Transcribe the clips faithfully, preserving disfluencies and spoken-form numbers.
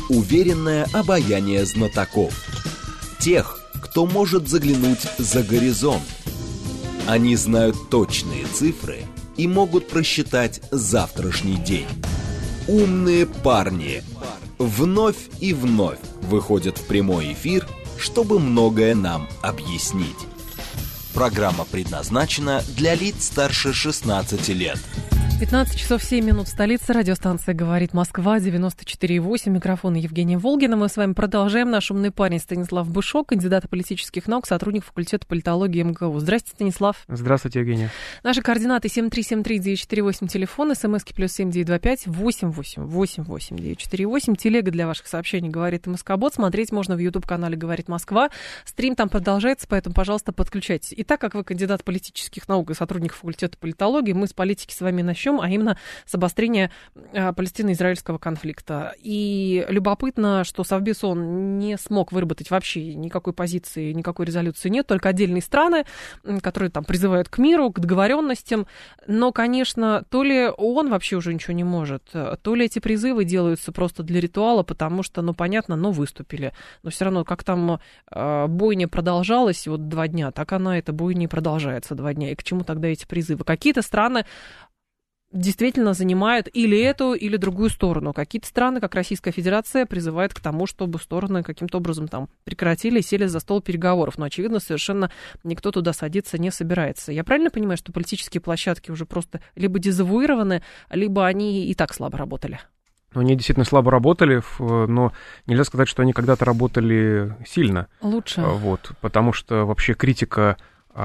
уверенное обаяние знатоков. Тех, кто может заглянуть за горизонт. Они знают точные цифры и могут просчитать завтрашний день. Умные парни вновь и вновь выходят в прямой эфир, чтобы многое нам объяснить. Программа предназначена для лиц старше шестнадцати лет. пятнадцать часов семь минут в столице. Радиостанция «Говорит Москва», девяносто четыре и восемь. Микрофон Евгения Волгина. Мы с вами продолжаем. Наш умный парень Станислав Бышок, кандидат политических наук, сотрудник факультета политологии эм гэ у. Здравствуйте, Станислав. Здравствуйте, Евгения. Наши координаты семь три семь три девять четыре восемь, телефон, смски плюс семь девять два пять восемь восемь восемь восемь девять четыре восемь. Телега для ваших сообщений «Говорит МСК-бот». Смотреть можно в YouTube-канале «Говорит Москва». Стрим там продолжается, поэтому, пожалуйста, подключайтесь. И так как вы кандидат политических наук и сотрудник факультета политологии, мы с политики с вами начнем, а именно с обострения а, палестино-израильского конфликта. И любопытно, что Совбез ООН не смог выработать вообще никакой позиции, никакой резолюции нет, только отдельные страны, которые там призывают к миру, к договоренностям. Но, конечно, то ли ООН вообще уже ничего не может, то ли эти призывы делаются просто для ритуала, потому что, ну, понятно, но выступили. Но все равно, как там а, бойня продолжалась вот два дня, так она, эта бойня и продолжается два дня. И к чему тогда эти призывы? Какие-то страны действительно занимают или эту, или другую сторону. Какие-то страны, как Российская Федерация, призывают к тому, чтобы стороны каким-то образом там прекратили и сели за стол переговоров. Но, очевидно, совершенно никто туда садиться не собирается. Я правильно понимаю, что политические площадки уже просто либо дезавуированы, либо они и так слабо работали? Ну, они действительно слабо работали, но нельзя сказать, что они когда-то работали сильно. Лучше. Вот, потому что вообще критика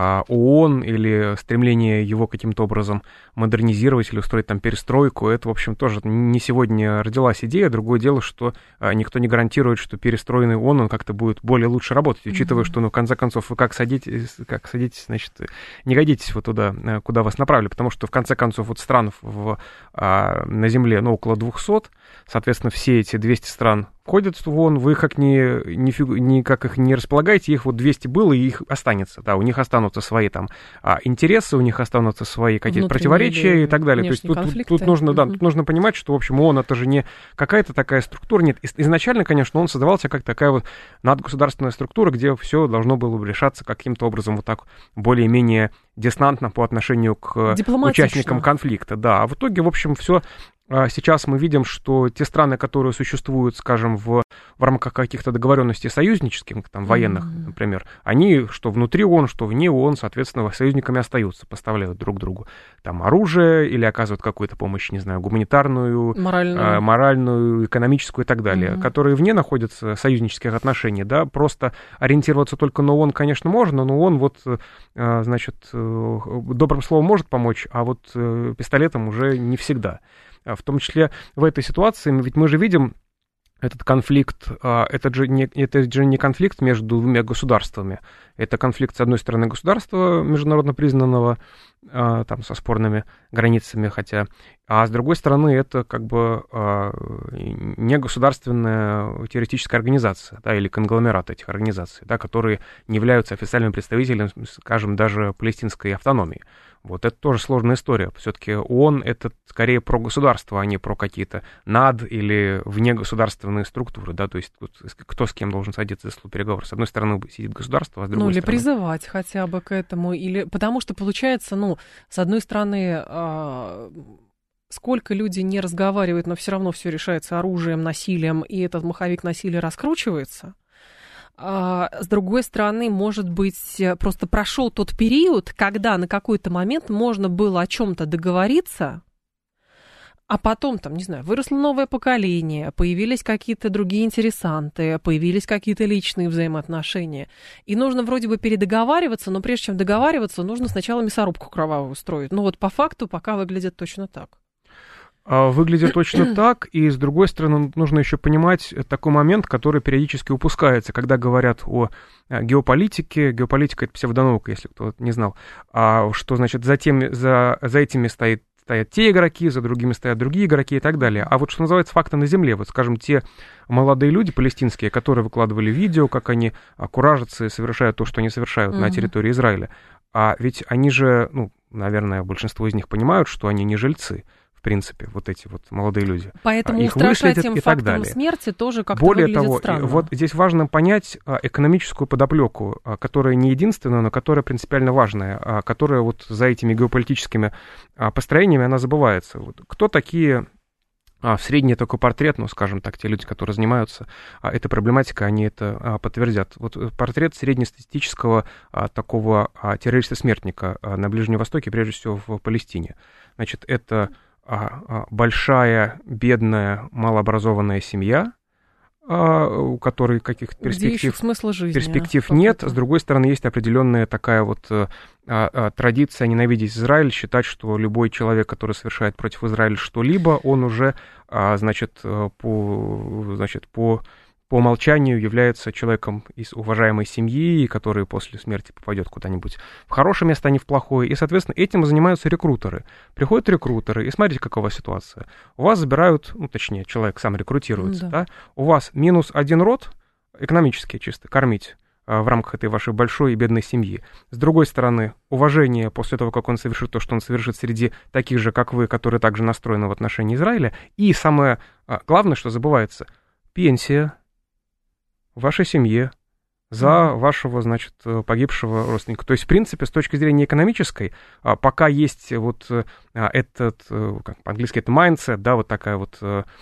ООН или стремление его каким-то образом модернизировать или устроить там перестройку, это, в общем, тоже не сегодня родилась идея. Другое дело, что а, никто не гарантирует, что перестроенный ООН, он как-то будет более лучше работать, учитывая, mm-hmm. что, ну, в конце концов, вы как садитесь, как садитесь, значит, не годитесь вот туда, куда вас направили, потому что, в конце концов, вот стран в, а, на Земле, ну, около двухсот, соответственно, все эти двести стран входят в ООН, вы как ни, ни, фигу, никак их не располагаете, их вот двести было, и их останется, да, у них останутся свои там а, интересы, у них останутся свои какие-то противоречия и так далее. То есть тут, тут, тут, нужно, да, тут нужно понимать, что, в общем, ООН это же не какая-то такая структура, нет, изначально, конечно, он создавался как такая вот надгосударственная структура, где все должно было решаться каким-то образом вот так более-менее дистантно по отношению к участникам конфликта, да, а в итоге, в общем, все. Сейчас мы видим, что те страны, которые существуют, скажем, в, в рамках каких-то договоренностей союзнических, там, военных, mm-hmm. например, они, что внутри ООН, что вне ООН, соответственно, союзниками остаются, поставляют друг другу там оружие или оказывают какую-то помощь, не знаю, гуманитарную, моральную, э, моральную экономическую и так далее, mm-hmm. которые вне находятся союзнических отношений, да, просто ориентироваться только на ООН, конечно, можно, но ООН вот, э, значит, э, добрым словом может помочь, а вот э, пистолетом уже не всегда. В том числе в этой ситуации, ведь мы же видим этот конфликт, это же, не, это же не конфликт между двумя государствами, это конфликт, с одной стороны, государства международно признанного, там, со спорными границами, хотя, а с другой стороны, это как бы негосударственная террористическая организация, да, или конгломерат этих организаций, да, которые не являются официальными представителями, скажем, даже палестинской автономии. Вот это тоже сложная история. Все-таки ООН — это скорее про государство, а не про какие-то над- или внегосударственные структуры, да, то есть вот, кто с кем должен садиться за стол переговоров. С одной стороны сидит государство, а с другой ну, или стороны... призывать хотя бы к этому, или... потому что получается, ну, с одной стороны... А... Сколько люди не разговаривают, но все равно все решается оружием, насилием, и этот маховик насилия раскручивается. А с другой стороны, может быть, просто прошел тот период, когда на какой-то момент можно было о чем-то договориться, а потом, там, не знаю, выросло новое поколение, появились какие-то другие интересанты, появились какие-то личные взаимоотношения. И нужно вроде бы передоговариваться, но прежде чем договариваться, нужно сначала мясорубку кровавую устроить. Ну вот по факту пока выглядит точно так. Выглядит точно так, и, с другой стороны, нужно еще понимать такой момент, который периодически упускается, когда говорят о геополитике. Геополитика — это псевдонаука, если кто не знал, а что, значит, за, теми, за, за этими стоит стоят те игроки, за другими стоят другие игроки и так далее. А вот что называется факты на земле, вот, скажем, те молодые люди палестинские, которые выкладывали видео, как они куражатся и совершают то, что они совершают mm-hmm. на территории Израиля, а ведь они же, ну, наверное, большинство из них понимают, что они не жильцы. в принципе, вот эти вот молодые люди. Поэтому Их устрашать выследят им и так фактом далее. смерти тоже как-то Более выглядит того, странно. вот здесь важно понять экономическую подоплеку, которая не единственная, но которая принципиально важная, которая вот за этими геополитическими построениями, она забывается. Вот кто такие... А, в средний такой портрет, ну, скажем так, те люди, которые занимаются а, этой проблематикой, они это а, подтвердят. Вот портрет среднестатистического а, такого а, террориста-смертника а, на Ближнем Востоке, прежде всего в Палестине. Значит, это а, а, большая, бедная, малообразованная семья, а, у которой каких-то перспектив, смысла жизни, перспектив а, нет. С другой стороны, есть определенная такая вот а, а, традиция ненавидеть Израиль, считать, что любой человек, который совершает против Израиля что-либо, он уже, а, значит, по, значит, по, по умолчанию является человеком из уважаемой семьи, который после смерти попадет куда-нибудь в хорошее место, а не в плохое. И, соответственно, этим занимаются рекрутеры. Приходят рекрутеры, и смотрите, какова ситуация. У вас забирают, ну, точнее, человек сам рекрутируется, да. Да? У вас минус один род, экономически чисто, кормить в рамках этой вашей большой и бедной семьи. С другой стороны, уважение после того, как он совершит то, что он совершит среди таких же, как вы, которые также настроены в отношении Израиля. И самое главное, что забывается, пенсия в вашей семье за вашего, значит, погибшего родственника. То есть, в принципе, с точки зрения экономической, пока есть вот этот, как по-английски, это mindset, да, вот такая вот,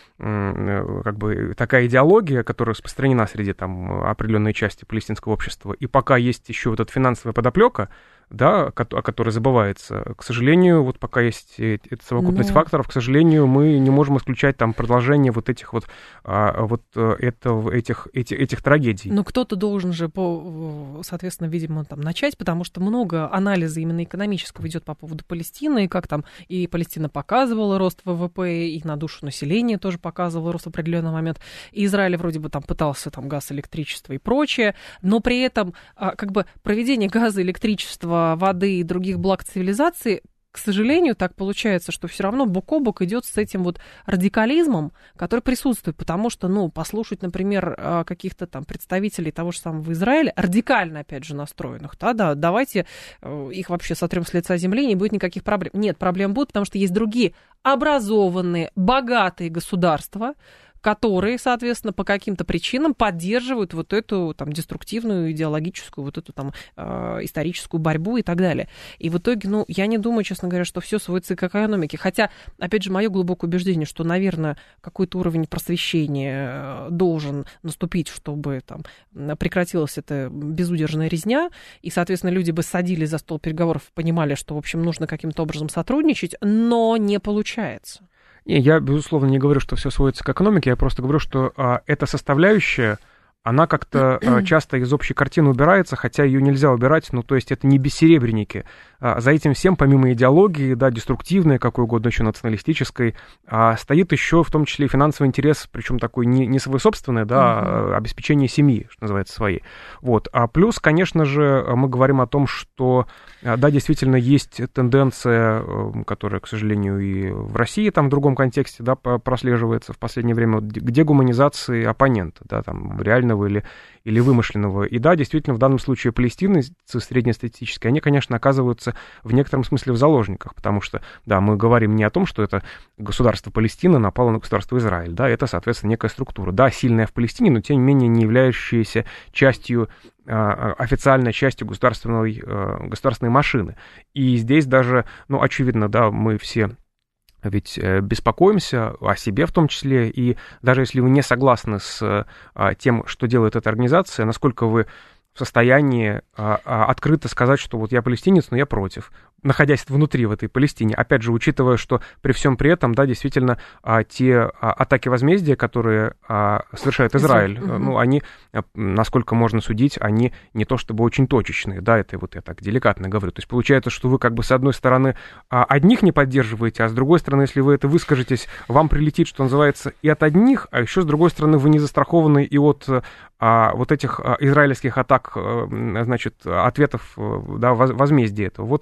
как бы, такая идеология, которая распространена среди там определенной части палестинского общества, и пока есть еще вот эта финансовая подоплека, да, о которой забывается, к сожалению, вот пока есть эта совокупность Но... факторов, к сожалению, мы не можем исключать там продолжение вот этих вот, вот это, этих, этих, этих трагедий. Но кто-то должен же, по, соответственно, видимо, там начать, потому что много анализа именно экономического идет по поводу Палестины, и как там и Палестина показывала рост ВВП, и на душу населения тоже показывала рост в определенный момент, и Израиль вроде бы там пытался там газ, электричество и прочее, но при этом как бы проведение газа, электричества, воды и других благ цивилизации, к сожалению, так получается, что все равно бок о бок идет с этим вот радикализмом, который присутствует, потому что, ну, послушать, например, каких-то там представителей того же самого Израиля, радикально, опять же, настроенных, да, да, давайте их вообще сотрем с лица земли, не будет никаких проблем. Нет, проблем будут, потому что есть другие образованные, богатые государства, которые, соответственно, по каким-то причинам поддерживают вот эту там деструктивную, идеологическую, вот эту там э, историческую борьбу и так далее. И в итоге, ну, я не думаю, честно говоря, что все сводится к экономике. Хотя, опять же, мое глубокое убеждение, что, наверное, какой-то уровень просвещения должен наступить, чтобы там прекратилась эта безудержная резня, и, соответственно, люди бы садились за стол переговоров, понимали, что, в общем, нужно каким-то образом сотрудничать, но не получается. Не, я, безусловно, не говорю, что все сводится к экономике, я просто говорю, что а, эта составляющая, она как-то а, часто из общей картины убирается, хотя ее нельзя убирать, ну, то есть это не бессеребренники. А, за этим всем, помимо идеологии, да, деструктивной, какой угодно еще националистической, а, стоит еще в том числе и финансовый интерес, причем такой не, не свой собственный, да, uh-huh. а обеспечение семьи, что называется, своей. Вот. А плюс, конечно же, мы говорим о том, что, да, действительно есть тенденция, которая, к сожалению, и в России там в другом контексте, да, прослеживается в последнее время, к дегуманизации оппонента, да, там, реального или, или вымышленного. И да, действительно, в данном случае палестинцы среднестатистические, они, конечно, оказываются в некотором смысле в заложниках, потому что, да, мы говорим не о том, что это государство Палестина напало на государство Израиль, да, это, соответственно, некая структура, да, сильная в Палестине, но, тем не менее, не являющаяся частью, официальной частью государственной, государственной машины. И здесь даже, ну, очевидно, да, мы все ведь беспокоимся о себе в том числе, и даже если вы не согласны с тем, что делает эта организация, насколько вы в состоянии а, а, открыто сказать, что вот я палестинец, но я против, находясь внутри в этой Палестине. Опять же, учитывая, что при всем при этом, да, действительно, а, те а, атаки возмездия, которые а, совершает Израиль, mm-hmm. ну, они, насколько можно судить, они не то чтобы очень точечные, да, это вот я так деликатно говорю. То есть получается, что вы как бы с одной стороны а, одних не поддерживаете, а с другой стороны, если вы это выскажетесь, вам прилетит, что называется, и от одних, а еще с другой стороны, вы не застрахованы и от а, вот этих а, израильских атак, а, значит, ответов, да, возмездия этого. Вот uh-huh.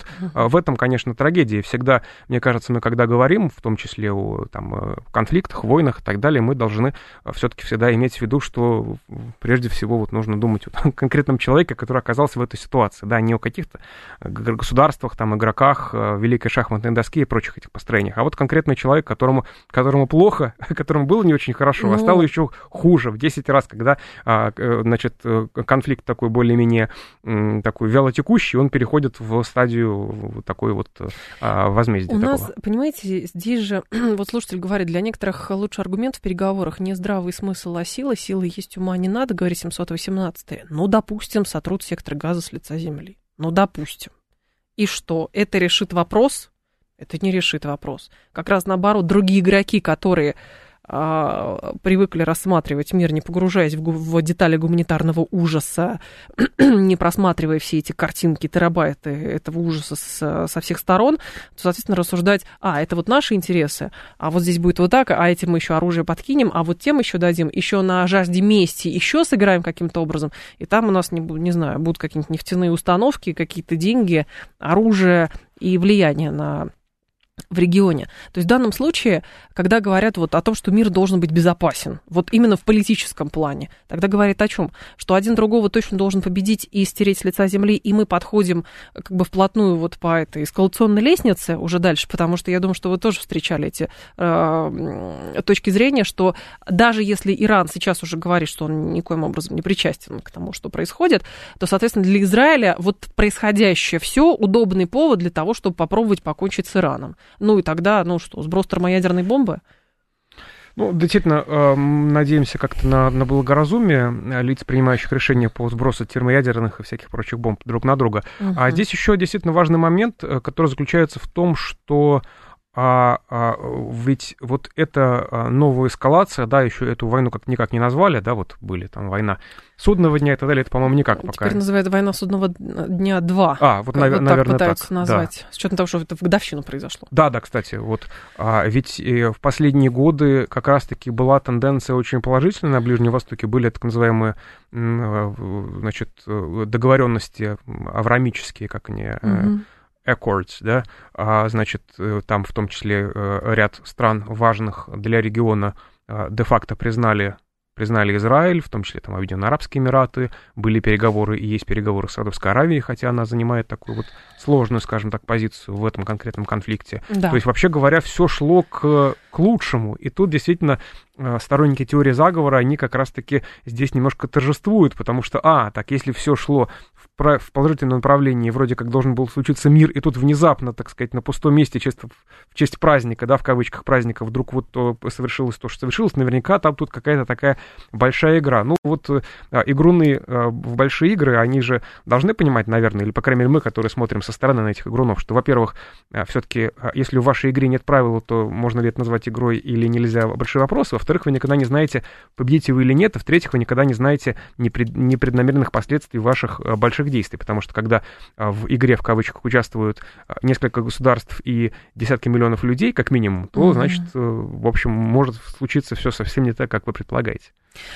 в этом, конечно, трагедия. Всегда, мне кажется, мы когда говорим, в том числе о там, конфликтах, войнах и так далее, мы должны все-таки всегда иметь в виду, что прежде всего вот нужно думать о конкретном человеке, который оказался в этой ситуации, да, не о каких-то государствах, там, игроках, великой шахматной доски и прочих этих построениях, а вот конкретный человек, которому, которому плохо, которому было не очень хорошо, ну... а стало еще хуже в десять раз, когда, значит, конфликт такой более-менее такой вялотекущий, он переходит в стадию такой вот возмездия. У такого. нас, понимаете, здесь же, вот слушатель говорит, для некоторых лучший аргумент в переговорах не здравый смысл, а сила, силы есть ума не надо, говорит семьсот восемнадцатый. Ну, допустим, сотрут сектор газа с лица земли. Ну, допустим. И что, это решит вопрос? Это не решит вопрос. Как раз наоборот, другие игроки, которые а, привыкли рассматривать мир, не погружаясь в, в детали гуманитарного ужаса, не просматривая все эти картинки, терабайты этого ужаса с, со всех сторон, то, соответственно, рассуждать, а, это вот наши интересы, а вот здесь будет вот так, а этим мы еще оружие подкинем, а вот тем еще дадим, еще на жажде мести еще сыграем каким-то образом, и там у нас, не, не знаю, будут какие-нибудь нефтяные установки, какие-то деньги, оружие и влияние на... в регионе. То есть в данном случае, когда говорят вот о том, что мир должен быть безопасен, вот именно в политическом плане, тогда говорит о чем? Что один другого точно должен победить и стереть с лица земли, и мы подходим как бы вплотную вот по этой эскалационной лестнице уже дальше, потому что я думаю, что вы тоже встречали эти э, точки зрения, что даже если Иран сейчас уже говорит, что он никоим образом не причастен к тому, что происходит, то, соответственно, для Израиля вот происходящее все удобный повод для того, чтобы попробовать покончить с Ираном. Ну и тогда, ну что, сброс термоядерной бомбы? Ну, действительно, э, надеемся как-то на, на благоразумие лиц, принимающих решения по сбросу термоядерных и всяких прочих бомб друг на друга. Угу. А здесь еще действительно важный момент, который заключается в том, что А, а, ведь вот эта новая эскалация, да, еще эту войну как никак не назвали, да, вот были там война судного дня и так далее, это, по-моему, никак Теперь пока. Теперь называют война судного дня два. А, вот, нав- вот наверное, так пытаются так, назвать, да. С учетом того, что это в годовщину произошло. Да, да, кстати, вот, а, ведь э, в последние годы как раз-таки была тенденция очень положительная на Ближнем Востоке, были так называемые, э, значит, договоренности авраамические, как они... Угу. Accords, да, а, значит, там в том числе ряд стран важных для региона де-факто признали, признали Израиль, в том числе там Объединенные Арабские Эмираты, были переговоры и есть переговоры с Саудовской Аравией, хотя она занимает такую вот сложную, скажем так, позицию в этом конкретном конфликте. Да. То есть, вообще говоря, все шло к, к лучшему, и тут действительно сторонники теории заговора, они как раз-таки здесь немножко торжествуют, потому что, а, так, если все шло в, в положительном направлении, вроде как должен был случиться мир, и тут внезапно, так сказать, на пустом месте, чисто в честь праздника, да, в кавычках праздника, вдруг вот то совершилось то, что совершилось, наверняка там тут какая-то такая большая игра. Ну, вот а, игруны а, в большие игры, они же должны понимать, наверное, или, по крайней мере, мы, которые смотрим со стороны на этих игрунов, что, во-первых, а, все-таки, а, если в вашей игре нет правил, то можно ли это назвать игрой или нельзя, большой вопрос. Во-вторых, вы никогда не знаете, победите вы или нет, а в-третьих, вы никогда не знаете непред... непреднамеренных последствий ваших а, больших действий, потому что когда а, в игре, в кавычках, участвуют а, несколько государств и десятки миллионов людей, как минимум, то, mm-hmm. значит, в общем, может случиться все совсем не так, как вы предполагаете.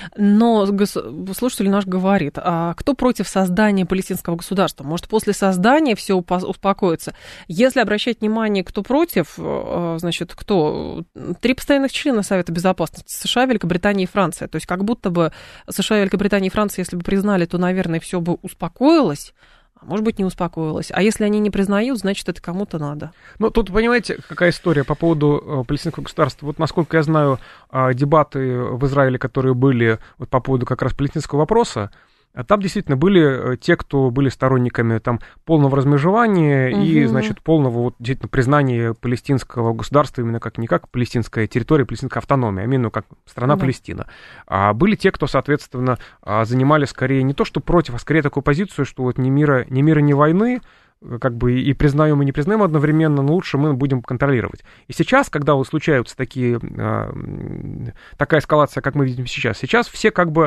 Но слушатель наш говорит, а кто против создания палестинского государства? Может, после создания все успокоится? Если обращать внимание, кто против, значит, кто? Три постоянных члена Совета Безопасности: США, Великобритания и Франция. То есть как будто бы США, Великобритания и Франция, если бы признали, то, наверное, все бы успокоилось. Может быть, не успокоилась. А если они не признают, значит, это кому-то надо. Ну, тут, понимаете, какая история по поводу э, палестинского государства. Вот, насколько я знаю, э, дебаты в Израиле, которые были вот, по поводу как раз палестинского вопроса, там действительно были те, кто были сторонниками там полного размежевания угу. и, значит, полного вот, действительно признания палестинского государства именно как не как палестинская территория, палестинская автономия, а именно как страна угу. Палестина. А были те, кто, соответственно, занимали скорее не то, что против, а скорее такую позицию, что вот ни мира, ни мира, ни войны, как бы и признаем, и не признаем одновременно, но лучше мы будем контролировать. И сейчас, когда вот случаются такие, такая эскалация, как мы видим сейчас, сейчас все как бы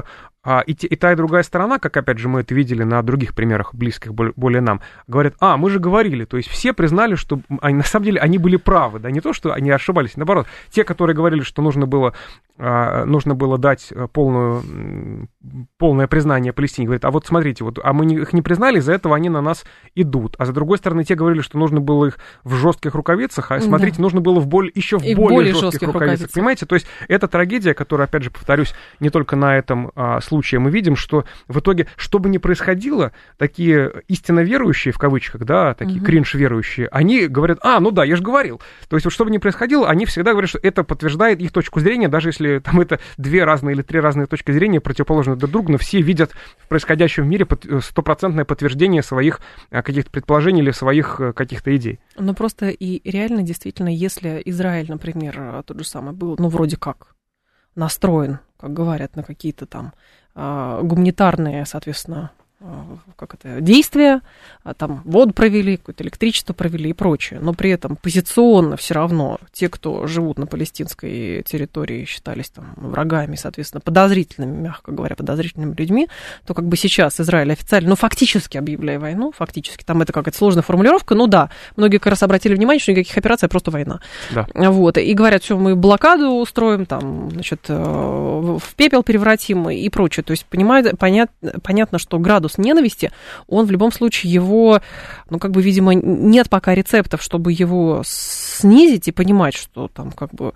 А, и, те, и та, и другая сторона, как, опять же, мы это видели на других примерах, близких более нам, говорят, а, мы же говорили, то есть все признали, что они, на самом деле они были правы, да, не то, что они ошибались, наоборот, те, которые говорили, что нужно было, а, нужно было дать полную, полное признание Палестине, говорят, а вот смотрите, вот, а мы не, их не признали, из-за этого они на нас идут, а с другой стороны, те говорили, что нужно было их в жестких рукавицах, а, смотрите, да. нужно было в более, еще в и более, более жестких, жестких рукавицах, рукавицах, понимаете, то есть это трагедия, которая, опять же, повторюсь, не только на этом а, случае, случае мы видим, что в итоге, что бы ни происходило, такие истинно верующие, в кавычках, да, такие uh-huh. кринж-верующие, они говорят, а, ну да, я же говорил. То есть, вот что бы ни происходило, они всегда говорят, что это подтверждает их точку зрения, даже если там это две разные или три разные точки зрения, противоположные друг другу, но все видят в происходящем в мире стопроцентное подтверждение своих каких-то предположений или своих каких-то идей. Ну, просто и реально, действительно, если Израиль, например, тот же самый был, ну, вроде как настроен, как говорят, на какие-то там гуманитарные, соответственно, как это, действия, там воду провели, какое-то электричество провели и прочее, но при этом позиционно все равно те, кто живут на палестинской территории, считались там врагами, соответственно, подозрительными, мягко говоря, подозрительными людьми, то как бы сейчас Израиль официально, ну, фактически объявляя войну, фактически, там это какая-то сложная формулировка, ну да, многие как раз обратили внимание, что никаких операций, а просто война. Да. Вот, и говорят, все, мы блокаду устроим, там, значит, в пепел превратим и прочее, то есть, понимаете, понят, понятно, что градус ненависти, он в любом случае его, ну, как бы, видимо, нет пока рецептов, чтобы его снизить и понимать, что там, как бы,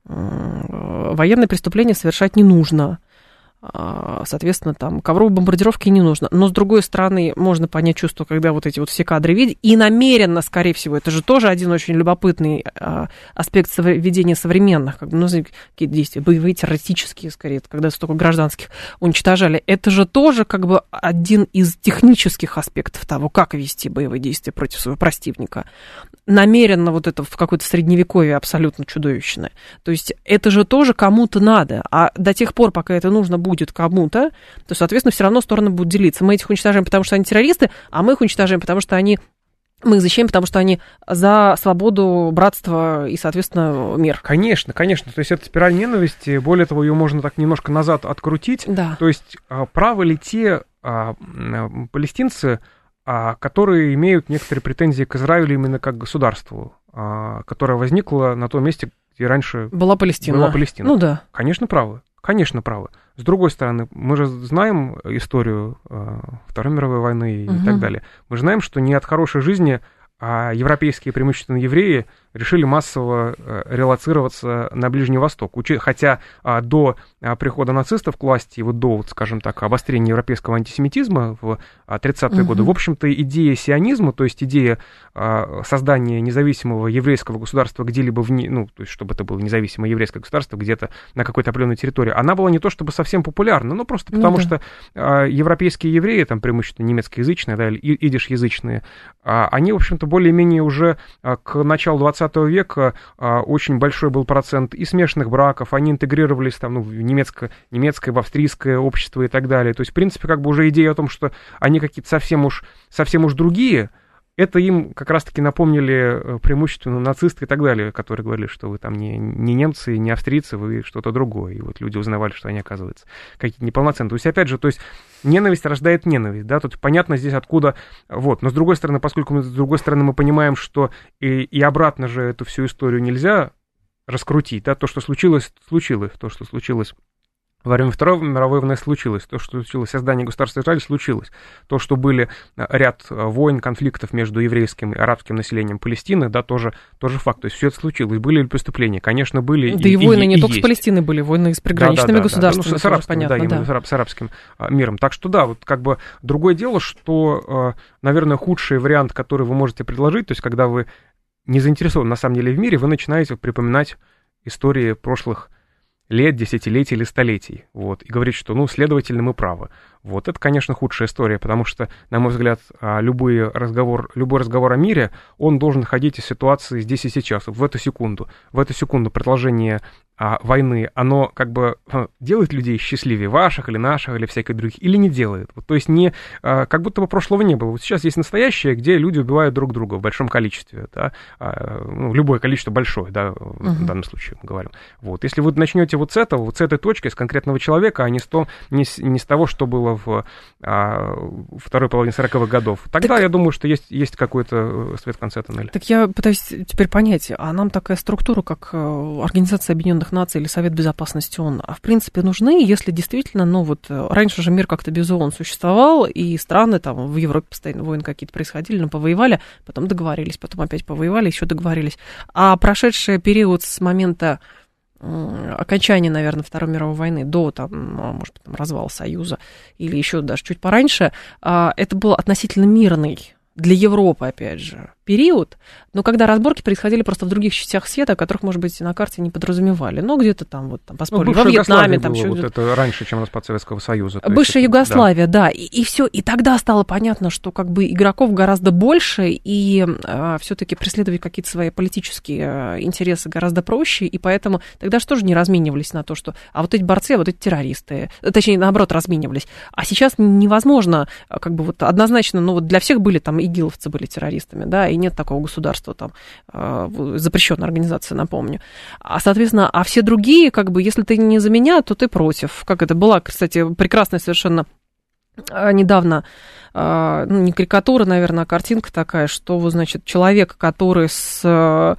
военные преступления совершать не нужно. Соответственно, там ковровой бомбардировки не нужно. Но, с другой стороны, можно понять чувство, когда вот эти вот все кадры видят, и намеренно, скорее всего, это же тоже один очень любопытный аспект ведения современных, как бы, ну, какие действия, боевые, террористические, скорее, когда столько гражданских уничтожали. Это же тоже, как бы, один из технических аспектов того, как вести боевые действия против своего противника. Намеренно вот это в какое-то средневековье абсолютно чудовищное. То есть это же тоже кому-то надо, а до тех пор, пока это нужно будет кому-то, то, соответственно, все равно стороны будут делиться. Мы этих уничтожаем, потому что они террористы, а мы их уничтожаем, потому что они... Мы их защищаем, потому что они за свободу, братство и, соответственно, мир. Конечно, конечно. То есть это спираль ненависти. Более того, ее можно так немножко назад открутить. Да. То есть правы ли те а, палестинцы, а, которые имеют некоторые претензии к Израилю именно как государству, а, которое возникло на том месте, где раньше была Палестина. Была Палестина. Ну да. Конечно, правы. Конечно, правы. С другой стороны, мы же знаем историю э, Второй мировой войны и угу. так далее. Мы же знаем, что не от хорошей жизни а европейские, преимущественно евреи, решили массово э, релоцироваться на Ближний Восток. Учи, хотя а, до а, прихода нацистов к власти, вот до, вот, скажем так, обострения европейского антисемитизма в а, тридцатые угу. годы, в общем-то, идея сионизма, то есть идея а, создания независимого еврейского государства где-либо вне, ну, то есть чтобы это было независимое еврейское государство где-то на какой-то определенной территории, она была не то чтобы совсем популярна, но просто потому, ну, да. что а, европейские евреи, там, преимущественно немецкоязычные, да, или идиш-язычные, а, они, в общем-то, более-менее уже к началу двадцатого века очень большой был процент и смешанных браков, они интегрировались там, ну, в немецкое, немецкое, в австрийское общество и так далее. То есть, в принципе, как бы уже идея о том, что они какие-то совсем уж, совсем уж другие, это им как раз-таки напомнили преимущественно нацисты и так далее, которые говорили, что вы там не, не немцы, не австрийцы, вы что-то другое. И вот люди узнавали, что они, оказывается, какие-то неполноценные. То есть, опять же, то есть ненависть рождает ненависть, да, тут понятно здесь откуда, вот. Но с другой стороны, поскольку мы, с другой стороны мы понимаем, что и, и обратно же эту всю историю нельзя раскрутить, да, то, что случилось, случилось, то, что случилось во время Второй мировой войны случилось, то, что случилось, создание государства Израиль случилось, то, что были ряд войн, конфликтов между еврейским и арабским населением Палестины, да, тоже, тоже факт, то есть все это случилось, были ли преступления, конечно, были. Да и, и войны и, не и только есть. С Палестиной были, войны с приграничными да, да, государствами, да, да. Ну, с, с арабским, понятно, да, именно да. с арабским миром, так что да, вот как бы другое дело, что, наверное, худший вариант, который вы можете предложить, то есть когда вы не заинтересованы на самом деле в мире, вы начинаете припоминать истории прошлых лет, десятилетий или столетий, вот, и говорить, что, ну, следовательно, мы правы. Вот это, конечно, худшая история, потому что, на мой взгляд, любой разговор, любой разговор о мире, он должен ходить из ситуации здесь и сейчас, в эту секунду. В эту секунду продолжение а, войны, оно как бы делает людей счастливее, ваших или наших, или всяких других, или не делает. Вот, то есть не, а, как будто бы прошлого не было. Вот сейчас есть настоящее, где люди убивают друг друга в большом количестве. Да? А, ну, любое количество большое, да, в uh-huh. данном случае мы говорим. Вот. Если вы начнете вот с этого, вот с этой точки, с конкретного человека, а не с, то, не с, не с того, что было в а, второй половине сороковых годов, тогда так... я думаю, что есть, есть какой-то свет в конце тоннеля. Так я пытаюсь теперь понять, а нам такая структура, как Организация Объединенных Наций или Совет Безопасности ООН, а в принципе нужны, если действительно, ну вот раньше же мир как-то без ООН существовал, и страны там в Европе постоянно войны какие-то происходили, но повоевали, потом договорились, потом опять повоевали, еще договорились. А прошедший период с момента окончания, наверное, Второй мировой войны до, там, может быть, там, развала Союза или еще даже чуть пораньше, это был относительно мирный для Европы, опять же, период, но когда разборки происходили просто в других частях света, которых, может быть, на карте не подразумевали. Но где-то там, вот, там, поспорили, ну, во Вьетнаме. Там было, вот это раньше, чем распад Советского Союза. Бывшая есть, Югославия, да. да. И, и все. И тогда стало понятно, что как бы игроков гораздо больше, и а, все-таки преследовать какие-то свои политические а, интересы гораздо проще, и поэтому тогда же тоже не разменивались на то, что а вот эти борцы, а вот эти террористы. Точнее, наоборот, разменивались. А сейчас невозможно, как бы вот однозначно, ну вот для всех были там игиловцы были террористами, да, и нет такого государства, там, запрещенная организация, напомню. А, соответственно, а все другие, как бы, если ты не за меня, то ты против. Как это была, кстати, прекрасная совершенно недавно, ну, не карикатура, наверное, а картинка такая, что, вот, значит, человек, который с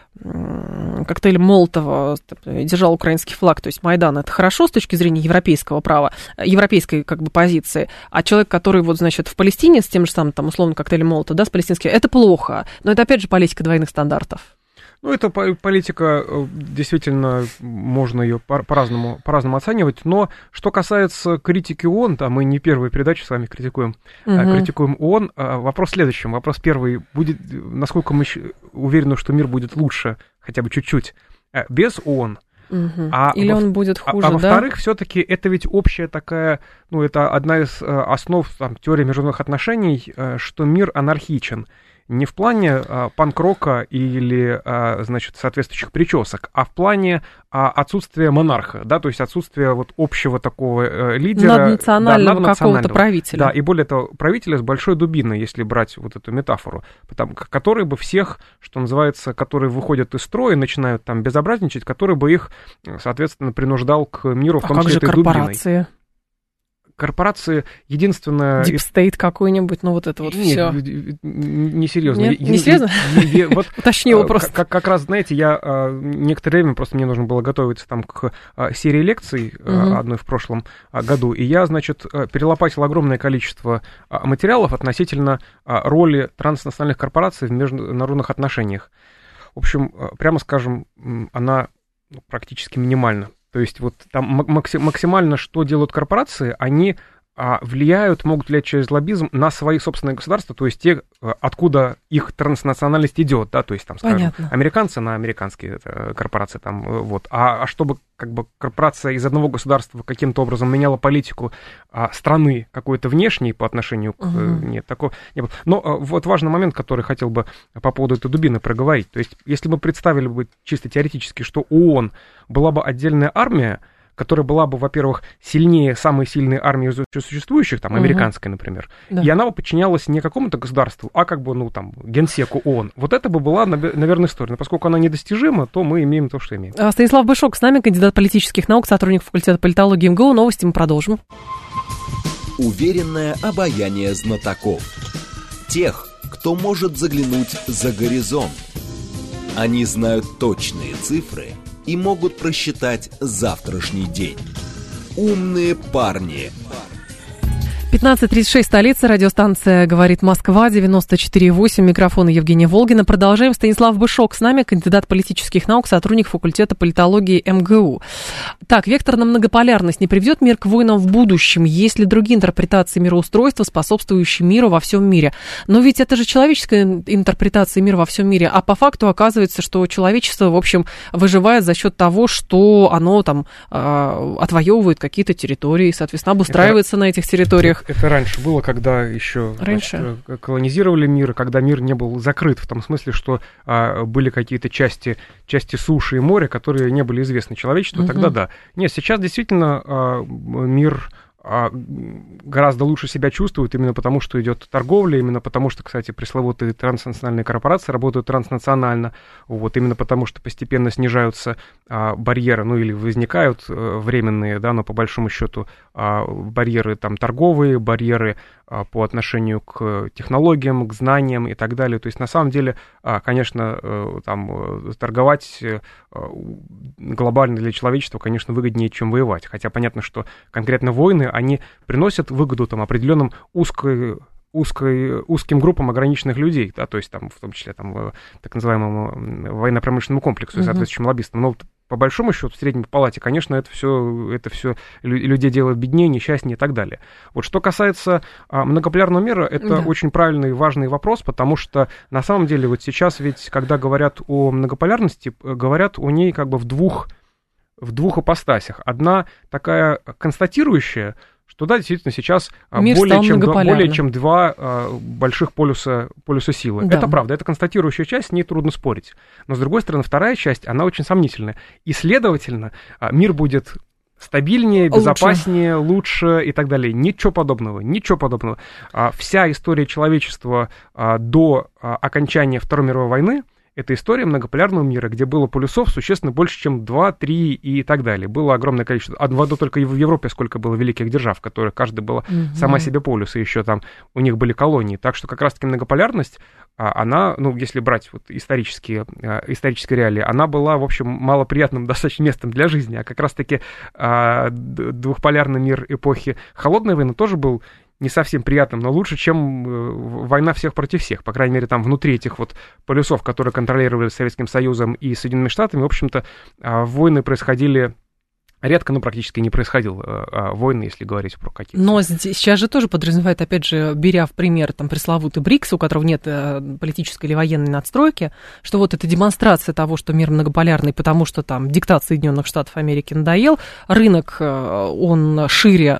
коктейлем Молотова держал украинский флаг, то есть Майдан, это хорошо с точки зрения европейского права, европейской как бы позиции, а человек, который вот, значит, в Палестине с тем же самым, там, условно, коктейлем Молотова, да, с палестинским, это плохо, но это, опять же, политика двойных стандартов. Ну, эта политика, действительно, можно ее по-разному, по-разному оценивать, но что касается критики ООН, да, мы не первые передачи с вами критикуем, угу. а, критикуем ООН, а, вопрос в следующем. Вопрос первый, будет, насколько мы уверены, что мир будет лучше, хотя бы чуть-чуть, без ООН. Угу. А Или во, он будет хуже, а, а да? во-вторых, все-таки это ведь общая такая, ну, это одна из основ там, теории международных отношений, что мир анархичен. Не в плане а, панк-рока или, а, значит, соответствующих причесок, а в плане а, отсутствия монарха, да, то есть отсутствия вот общего такого э, лидера. Наднационального, да, какого-то правителя. Да, и более того, правителя с большой дубиной, если брать вот эту метафору, потому, который бы всех, что называется, которые выходят из строя, начинают там безобразничать, который бы их, соответственно, принуждал к миру, в а том числе этой дубиной. Корпорации? Корпорации единственное... Deep State какой-нибудь, ну вот это вот все. Несерьезно. Нет, не серьезно? Вот, уточни его просто. Как, как раз, знаете, я некоторое время, просто мне нужно было готовиться там к серии лекций, угу. одной в прошлом году, и я, значит, перелопатил огромное количество материалов относительно роли транснациональных корпораций в международных отношениях. В общем, прямо скажем, она практически минимальна. То есть вот там максимально, что делают корпорации, они а, влияют, могут влиять через лоббизм на свои собственные государства, то есть те, откуда их транснациональность идет, да, то есть там, скажем, Понятно. Американцы на американские это, корпорации, там, вот, а, а чтобы как бы корпорация из одного государства каким-то образом меняла политику а, страны какой-то внешней по отношению к... Угу. Нет, такого не было. Но а, вот важный момент, который хотел бы по поводу этой дубины проговорить, то есть если мы представили бы чисто теоретически, что ООН была бы отдельная армия, которая была бы, во-первых, сильнее самой сильной армии существующих, там, американской, например, да. и она бы подчинялась не какому-то государству, а как бы, ну, там, генсеку ООН. Вот это бы была, наверное, история. Но поскольку она недостижима, то мы имеем то, что имеем. Станислав Бышок с нами, кандидат политических наук, сотрудник факультета политологии МГУ. Новости мы продолжим. Уверенное обаяние знатоков. Тех, кто может заглянуть за горизонт. Они знают точные цифры и могут просчитать завтрашний день. Умные парни. пятнадцать тридцать шесть, столица, радиостанция «Говорит Москва», девяносто четыре и восемь, микрофон Евгения Волгина. Продолжаем. Станислав Бышок с нами, кандидат политических наук, сотрудник факультета политологии эм гэ у. Так, векторная многополярность не приведет мир к войнам в будущем? Есть ли другие интерпретации мироустройства, способствующие миру во всем мире? Но ведь это же человеческая интерпретация мира во всем мире, а по факту оказывается, что человечество, в общем, выживает за счет того, что оно там э, отвоевывает какие-то территории, соответственно, обустраивается это... на этих территориях. Это раньше было, когда еще раньше. Значит, колонизировали мир, когда мир не был закрыт, в том смысле, что а, были какие-то части, части суши и моря, которые не были известны человечеству, угу. Тогда да. Нет, сейчас действительно а, мир... гораздо лучше себя чувствуют именно потому, что идет торговля, именно потому, что, кстати, пресловутые транснациональные корпорации работают транснационально, вот, именно потому, что постепенно снижаются а, барьеры, ну или возникают а, временные, да, но по большому счету а, барьеры там торговые, барьеры а, по отношению к технологиям, к знаниям и так далее. То есть, на самом деле, а, конечно, а, там торговать а, глобально для человечества, конечно, выгоднее, чем воевать. Хотя понятно, что конкретно войны они приносят выгоду там определенным узкой, узкой, узким группам ограниченных людей, да, то есть там, в том числе там, так называемому военно-промышленному комплексу и соответствующим uh-huh. лоббистам. Но по большому счету в средней палате, конечно, это все, это все людей делает беднее, несчастнее и так далее. Вот что касается а, многополярного мира, это да. очень правильный и важный вопрос, потому что на самом деле вот сейчас ведь, когда говорят о многополярности, говорят о ней как бы в двух в двух ипостасях. Одна такая констатирующая, что да, действительно сейчас более чем, два, более чем два а, больших полюса, полюса силы. Да. Это правда, это констатирующая часть, с ней трудно спорить. Но, с другой стороны, вторая часть, она очень сомнительная. И, следовательно, мир будет стабильнее, безопаснее, лучше, лучше и так далее. Ничего подобного, ничего подобного. А, вся история человечества а, до а, окончания Второй мировой войны — это история многополярного мира, где было полюсов существенно больше, чем два, три и так далее. Было огромное количество. А два только в Европе сколько было великих держав, в которых каждая была угу. сама себе полюс, и еще там у них были колонии. Так что как раз-таки многополярность, она, ну, если брать вот исторические, исторические реалии, она была, в общем, малоприятным достаточно местом для жизни. А как раз-таки двухполярный мир эпохи Холодной войны тоже был не совсем приятным, но лучше, чем война всех против всех. По крайней мере, там внутри этих вот полюсов, которые контролировали Советским Союзом и Соединенными Штатами, в общем-то, войны происходили редко, ну, практически не происходил а, войны, если говорить про какие-то... Но здесь, сейчас же тоже подразумевает, опять же, беря в пример там пресловутый БРИКС, у которого нет а, политической или военной надстройки, что вот это демонстрация того, что мир многополярный, потому что там диктат Соединенных Штатов Америки надоел, рынок, а, он шире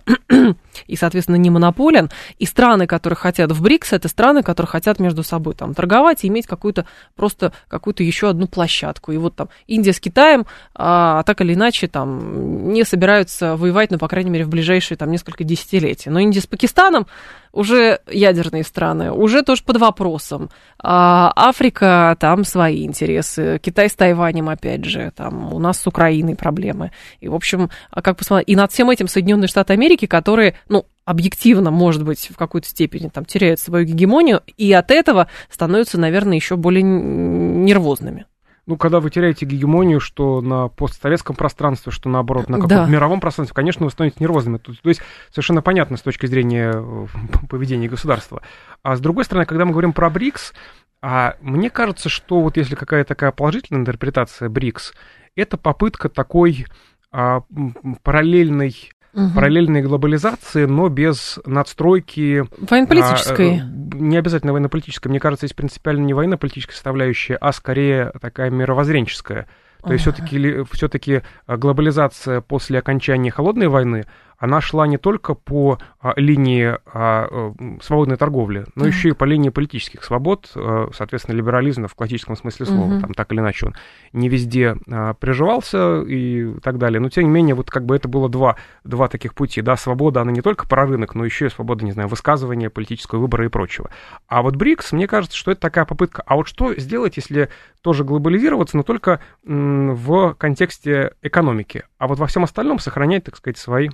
и, соответственно, не монополен, и страны, которые хотят в БРИКС, это страны, которые хотят между собой там торговать и иметь какую-то, просто какую-то еще одну площадку. И вот там Индия с Китаем, а, так или иначе, там не собираются воевать, ну, по крайней мере, в ближайшие там несколько десятилетий. Но Индия с Пакистаном уже ядерные страны, уже тоже под вопросом. А Африка, там свои интересы. Китай с Тайванем, опять же, там у нас с Украиной проблемы. И, в общем, как посмотреть, и над всем этим Соединенные Штаты Америки, которые, ну, объективно, может быть, в какой-то степени там теряют свою гегемонию, и от этого становятся, наверное, еще более нервозными. Ну, когда вы теряете гегемонию, что на постсоветском пространстве, что, наоборот, на каком-то да. мировом пространстве, конечно, вы становитесь нервозными. То, то есть совершенно понятно с точки зрения поведения государства. А с другой стороны, когда мы говорим про БРИКС, а мне кажется, что вот если какая-то такая положительная интерпретация БРИКС, это попытка такой а, параллельной... Угу. параллельной глобализации, но без надстройки... Военно-политической. А, не обязательно военно-политической. Мне кажется, здесь принципиально не военно-политическая составляющая, а скорее такая мировоззренческая. То есть все-таки, все-таки глобализация после окончания Холодной войны, она шла не только по а, линии а, свободной торговли, но mm-hmm. еще и по линии политических свобод, а, соответственно, либерализма в классическом смысле слова, mm-hmm. там так или иначе он не везде а, приживался и так далее. Но, тем не менее, вот как бы это было два, два таких пути. Да, свобода, она не только про рынок, но еще и свобода, не знаю, высказывания, политического выбора и прочего. А вот БРИКС, мне кажется, что это такая попытка. А вот что сделать, если тоже глобализироваться, но только м- в контексте экономики, а вот во всем остальном сохранять, так сказать, свои...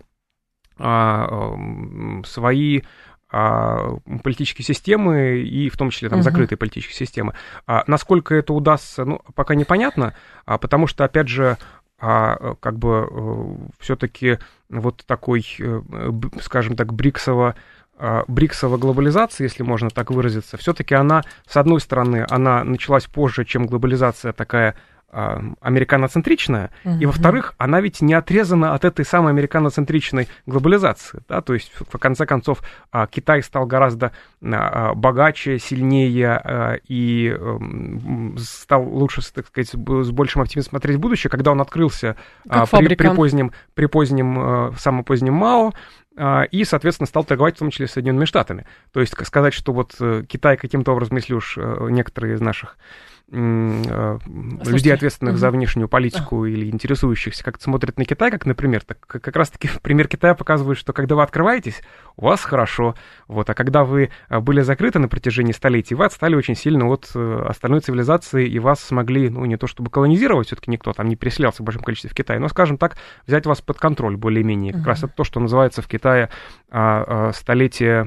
свои а, политические системы и в том числе там, uh-huh. закрытые политические системы. А, насколько это удастся, ну, пока непонятно, а, потому что, опять же, а, как бы все-таки вот такой, скажем так, бриксово бриксовая глобализация, если можно так выразиться, все-таки она, с одной стороны, она началась позже, чем глобализация такая американоцентричная, uh-huh. и, во-вторых, она ведь не отрезана от этой самой американоцентричной глобализации, да, то есть, в конце концов, Китай стал гораздо богаче, сильнее и стал лучше, так сказать, с большим оптимизмом смотреть в будущее, когда он открылся при, при позднем, при позднем, самом позднем Мао, и, соответственно, стал торговать в том числе с Соединенными Штатами. То есть сказать, что вот Китай каким-то образом, если уж некоторые из наших Слушайте, людей, ответственных угу. за внешнюю политику а. или интересующихся, как-то смотрят на Китай, как, например, так как раз-таки пример Китая показывает, что когда вы открываетесь, у вас хорошо, вот, а когда вы были закрыты на протяжении столетий, вы отстали очень сильно от остальной цивилизации, и вас смогли, ну, не то чтобы колонизировать, все-таки никто там не переселялся в большом количестве в Китай, но, скажем так, взять вас под контроль более-менее. Как угу. раз это то, что называется в Китае а, а, столетие...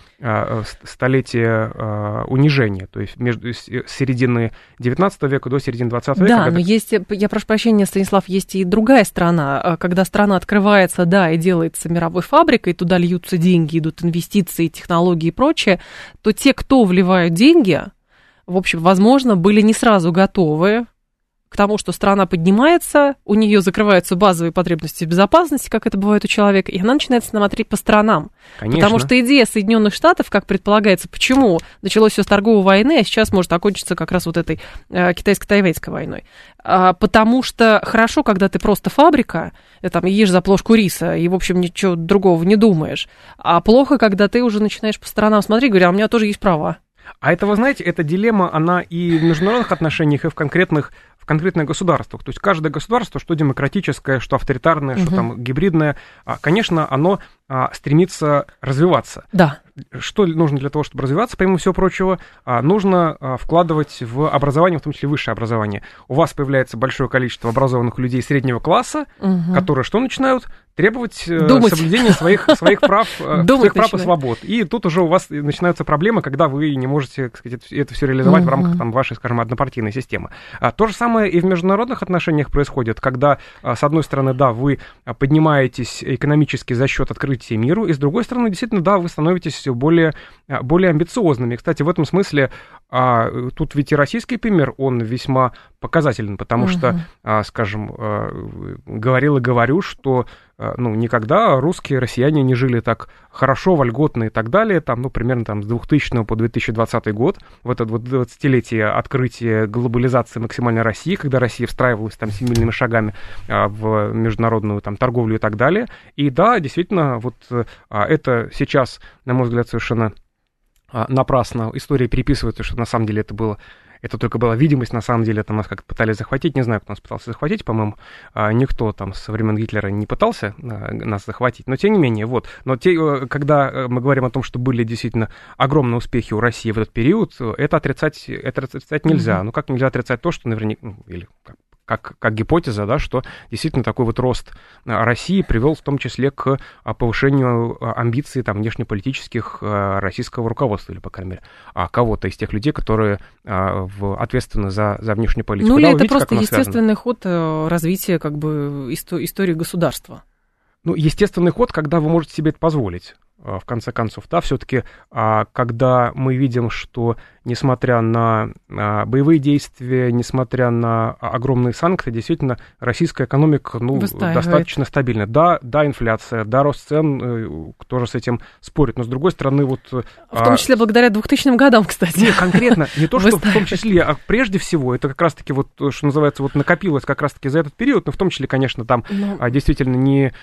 столетие э, унижения, то есть между с середины девятнадцатого века до середины двадцатого века. Да, когда... но есть, я прошу прощения, Станислав, есть и другая сторона. Когда страна открывается, да, и делается мировой фабрикой, туда льются деньги, идут инвестиции, технологии и прочее, то те, кто вливают деньги, в общем, возможно, были не сразу готовы к тому, что страна поднимается, у нее закрываются базовые потребности безопасности, как это бывает у человека, и она начинает смотреть по сторонам. Конечно. Потому что идея Соединенных Штатов, как предполагается, почему началось все с торговой войны, а сейчас может окончиться как раз вот этой э, китайско-тайваньской войной. А, потому что хорошо, когда ты просто фабрика, и, там, ешь за плошку риса, и, в общем, ничего другого не думаешь. А плохо, когда ты уже начинаешь по сторонам смотреть, говоря, а у меня тоже есть права. А это, вы знаете, эта дилемма, она и в международных отношениях, и в конкретных в конкретных государствах. То есть каждое государство, что демократическое, что авторитарное, угу. что там гибридное, конечно, оно стремится развиваться. Да. Что нужно для того, чтобы развиваться, помимо всего прочего? Нужно вкладывать в образование, в том числе высшее образование. У вас появляется большое количество образованных людей среднего класса, угу. которые что начинают? Требовать Думать. соблюдения своих, своих прав, своих прав и свобод. И тут уже у вас начинаются проблемы, когда вы не можете, так сказать, это все реализовать угу. в рамках там, вашей, скажем, однопартийной системы. То же самое и в международных отношениях происходит, когда, с одной стороны, да, вы поднимаетесь экономически за счет открытия миру, и с другой стороны, действительно, да, вы становитесь все более, более амбициозными. Кстати, в этом смысле тут ведь и российский пример, он весьма показателен, потому угу. что, скажем, говорил и говорю, что ну, никогда русские, россияне не жили так хорошо, вольготно и так далее, там, ну, примерно там, с двухтысячного по две тысячи двадцатый год, в это вот двадцатилетие открытия глобализации максимальной России, когда Россия встраивалась там семимильными шагами а, в международную там, торговлю и так далее. И да, действительно, вот а, это сейчас, на мой взгляд, совершенно а, напрасно история переписывается, что на самом деле это было Это только была видимость, на самом деле, это нас как-то пытались захватить. Не знаю, кто нас пытался захватить, по-моему, никто там со времен Гитлера не пытался нас захватить, но тем не менее, вот. Но те, когда мы говорим о том, что были действительно огромные успехи у России в этот период, это отрицать, это отрицать нельзя. Mm-hmm. Ну, как нельзя отрицать то, что наверняка, или как Как, как гипотеза, да, что действительно такой вот рост России привел в том числе к повышению амбиций там, внешнеполитических российского руководства, или, по крайней мере, кого-то из тех людей, которые в, ответственны за, за внешнюю политику. Ну, или да, это видите, просто естественный связано? ход развития как бы, истории государства. Ну, естественный ход, когда вы можете себе это позволить. В конце концов, да, все-таки, когда мы видим, что несмотря на боевые действия, несмотря на огромные санкции, действительно, российская экономика, ну, достаточно стабильна. Да, да, инфляция, да, рост цен, кто же с этим спорит, но с другой стороны, вот... В том числе благодаря двухтысячным годам, кстати. Нет, конкретно, не то, что в том числе, а прежде всего, это как раз-таки, вот, что называется, вот накопилось как раз-таки за этот период, но в том числе, конечно, там но... действительно не,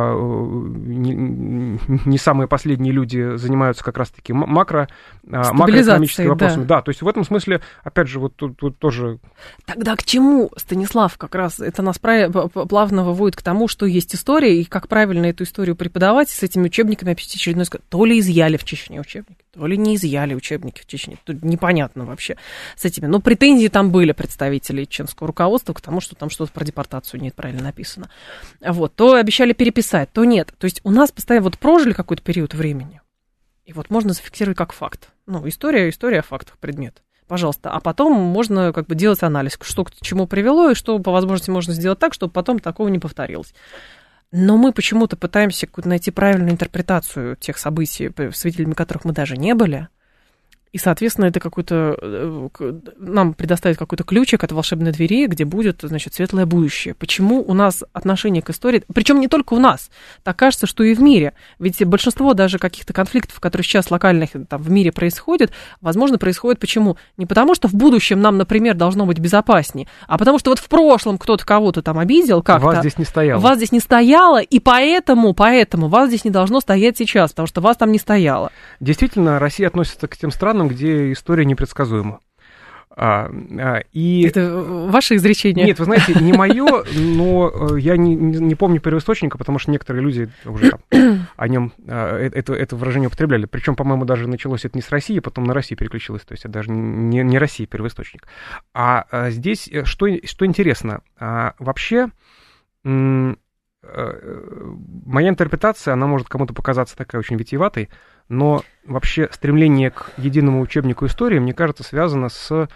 не, не самые последние люди занимаются как раз-таки макро, макроэкономическими вопросами. Да. да, то есть в этом смысле, опять же, вот тут, тут тоже... Тогда к чему, Станислав, как раз это нас плавно выводит к тому, что есть история, и как правильно эту историю преподавать, с этими учебниками очередной... То ли изъяли в Чечне учебники, то ли не изъяли учебники в Чечне. Тут непонятно вообще с этими. Но претензии там были представителей чеченского руководства к тому, что там что-то про депортацию нет правильно написано. Вот. То обещали переписать, то нет. То есть у нас постоянно вот прожили какой-то период времени, и вот можно зафиксировать как факт. Ну, история, история о фактах, предмет. Пожалуйста. А потом можно как бы делать анализ, что к чему привело, и что по возможности можно сделать так, чтобы потом такого не повторилось. Но мы почему-то пытаемся найти правильную интерпретацию тех событий, свидетелями которых мы даже не были. И, соответственно, это какой-то... Нам предоставит какой-то ключик от волшебной двери, где будет, значит, светлое будущее. Почему у нас отношение к истории... Причем не только у нас. Так кажется, что и в мире. Ведь большинство даже каких-то конфликтов, которые сейчас локальных там, в мире происходят, возможно, происходит почему? Не потому, что в будущем нам, например, должно быть безопаснее, а потому что вот в прошлом кто-то кого-то там обидел как-то. Вас здесь не стояло. Вас здесь не стояло, и поэтому, поэтому вас здесь не должно стоять сейчас, потому что вас там не стояло. Действительно, Россия относится к тем странам, где история непредсказуема. А, а, и... Это ваше изречение? Нет, вы знаете, не мое, но я не, не помню первоисточника, потому что некоторые люди уже там, о нем это, это выражение употребляли. Причем, по-моему, даже началось это не с России, потом на Россию переключилось. То есть это даже не, не Россия первоисточник. А, а здесь что, что интересно. А, вообще... М- моя интерпретация, она может кому-то показаться такая очень витиеватой, но вообще стремление к единому учебнику истории, мне кажется, связано с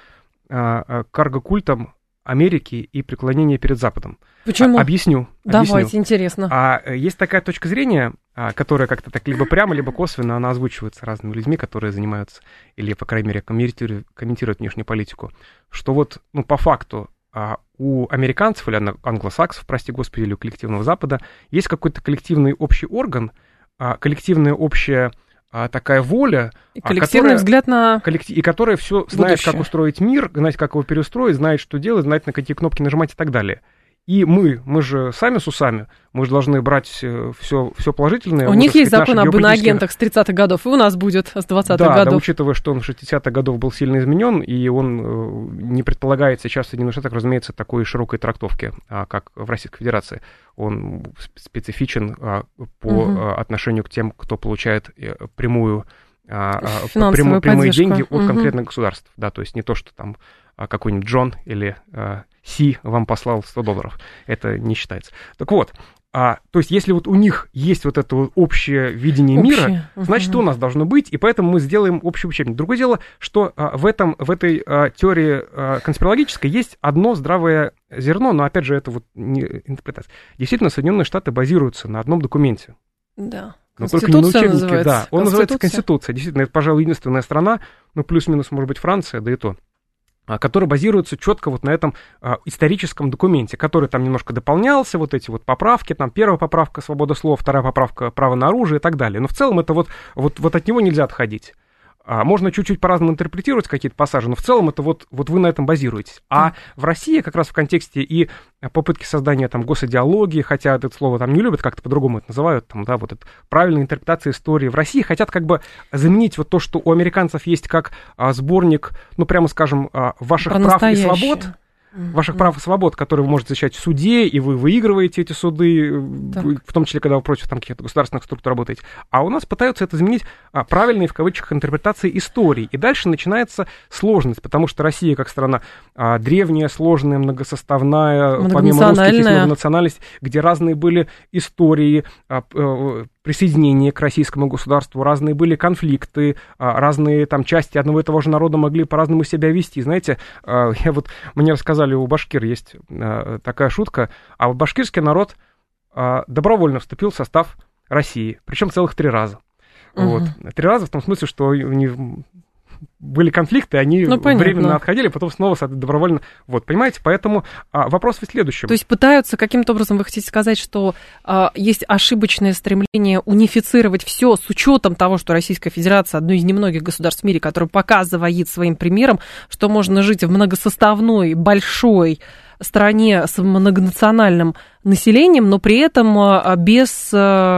а, карго-культом Америки и преклонение перед Западом. Почему? А, объясню. Давайте, объясню. интересно. А, есть такая точка зрения, а, которая как-то так либо прямо, либо косвенно, она озвучивается разными людьми, которые занимаются, или, по крайней мере, комментируют, комментируют внешнюю политику, что вот, ну, по факту, а, у американцев или англосаксов, прости господи, или у коллективного Запада есть какой-то коллективный общий орган, а, коллективная общая а, такая воля, и коллективный которая, взгляд на коллектив, и которая все знает, будущее. как устроить мир, знает, как его переустроить, знает, что делать, знает, на какие кнопки нажимать и так далее. И мы, мы же сами с усами, мы же должны брать все, все положительное. У них есть закон об иноагентах с тридцатых годов, и у нас будет с двадцатых да, годов. Да, учитывая, что он в шестидесятых годов был сильно изменен, и он не предполагает сейчас в Соединенных Штатах, разумеется, такой широкой трактовки, как в Российской Федерации. Он специфичен по угу. отношению к тем, кто получает прямую, прямую, прямые деньги от угу. конкретных государств. Да, то есть не то, что там какой-нибудь Джон или Си вам послал сто долларов. Это не считается. Так вот, а, то есть если вот у них есть вот это вот общее видение общее. мира, uh-huh. значит, у нас должно быть, и поэтому мы сделаем общий учебник. Другое дело, что а, в, этом, в этой а, теории а, конспирологической есть одно здравое зерно, но, опять же, это вот не интерпретация. Действительно, Соединенные Штаты базируются на одном документе. Да. Но только не на учебнике, да. Он называется Конституция. Действительно, это, пожалуй, единственная страна, ну, плюс-минус, может быть, Франция, да и то, который базируется четко вот на этом а, историческом документе, который там немножко дополнялся, вот эти вот поправки, там первая поправка свобода слова, вторая поправка право на оружие и так далее. Но в целом это вот, вот, вот от него нельзя отходить. А, можно чуть-чуть по-разному интерпретировать какие-то пассажи, но в целом это вот, вот вы на этом базируетесь. А mm. в России как раз в контексте и попытки создания там госидеологии, хотя это слово там не любят, как-то по-другому это называют, там, да, вот это правильная интерпретация истории, в России хотят как бы заменить вот то, что у американцев есть как а, сборник, ну, прямо скажем, а, ваших прав и свобод, ваших mm-hmm. прав и свобод, которые вы можете защищать в суде, и вы выигрываете эти суды, так. в том числе, когда вы против там, каких-то государственных структур работаете. А у нас пытаются это заменить а, правильной, в кавычках, интерпретацией истории. И дальше начинается сложность, потому что Россия, как страна а, древняя, сложная, многосоставная, помимо русских есть многонациональность, где разные были истории, а, а, присоединение к российскому государству, разные были конфликты, разные там части одного и того же народа могли по-разному себя вести. Знаете, я вот, мне рассказали, у башкир есть такая шутка, а вот башкирский народ добровольно вступил в состав России, причем целых три раза. Угу. Вот. Три раза в том смысле, что у них были конфликты, они ну, временно отходили, потом снова добровольно. Вот, понимаете, поэтому а, вопрос в следующем. То есть пытаются каким-то образом, вы хотите сказать, что а, есть ошибочное стремление унифицировать все с учетом того, что Российская Федерация одно из немногих государств в мире, которое показывает своим примером, что можно жить в многосоставной, большой стране с многонациональным населением, но при этом без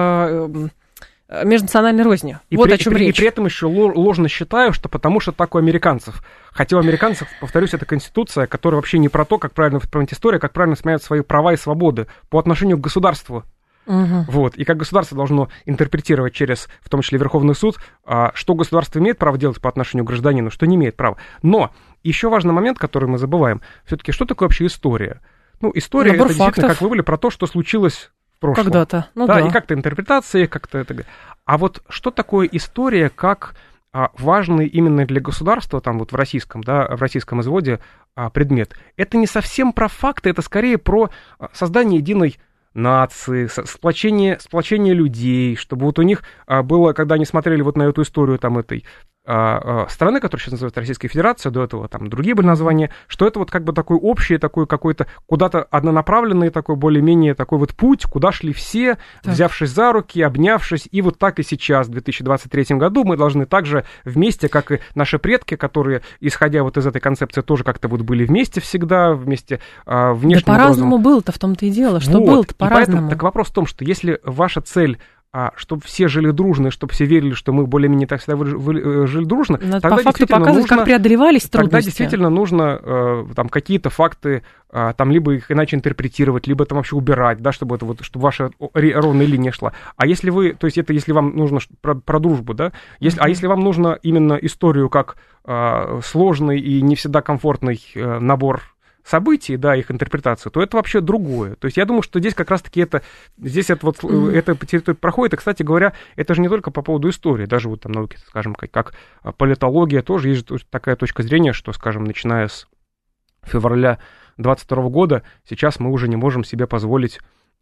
межнациональной розни. И вот при, о чем и при, речь. И при этом еще ложно считаю, что потому что так у американцев. Хотя у американцев, повторюсь, это конституция, которая вообще не про то, как правильно воспринимать историю, как правильно воспринимать свои права и свободы по отношению к государству. Угу. Вот. И как государство должно интерпретировать через, в том числе, Верховный суд, что государство имеет право делать по отношению к гражданину, что не имеет права. Но еще важный момент, который мы забываем, все-таки, что такое вообще история? Ну, история, Набор это фактов. Действительно, как вы были, про то, что случилось прошлом. Когда-то. Ну, да, да, и как-то интерпретации, как-то это. А вот что такое история, как а, важный именно для государства, там вот в российском, да, в российском изводе а, предмет? Это не совсем про факты, это скорее про создание единой нации, сплочение, сплочение людей, чтобы вот у них было, когда они смотрели вот на эту историю там этой страны, которая сейчас называется Российская Федерация, до этого там другие были названия, что это вот как бы такой общий, такой какой-то куда-то однонаправленный такой более-менее такой вот путь, куда шли все, так. взявшись за руки, обнявшись, и вот так и сейчас, в две тысячи двадцать третьем году, мы должны также вместе, как и наши предки, которые, исходя вот из этой концепции, тоже как-то вот были вместе всегда, вместе а, внешним да по-разному образом. Было-то в том-то и дело, что вот. Было-то по-разному. Поэтому, так вопрос в том, что если ваша цель А чтобы все жили дружно, и чтобы все верили, что мы более-менее так всегда вы, вы, жили дружно, надо тогда по факту показывать, нужно, как преодолевались трудности. Тогда действительно нужно э, там какие-то факты, э, там либо их иначе интерпретировать, либо там вообще убирать, да, чтобы это вот, чтобы ваша ровная линия шла. А если вы, то есть это если вам нужно про, про дружбу, да, если, mm-hmm. а если вам нужно именно историю как э, сложный и не всегда комфортный э, набор событий, да, их интерпретацию, то это вообще другое. То есть я думаю, что здесь как раз-таки это, здесь это вот, mm-hmm. это по территории проходит, и, кстати говоря, это же не только по поводу истории, даже вот там науки, скажем, как, как политология, тоже есть такая точка зрения, что, скажем, начиная с февраля двадцать второго года, сейчас мы уже не можем себе позволить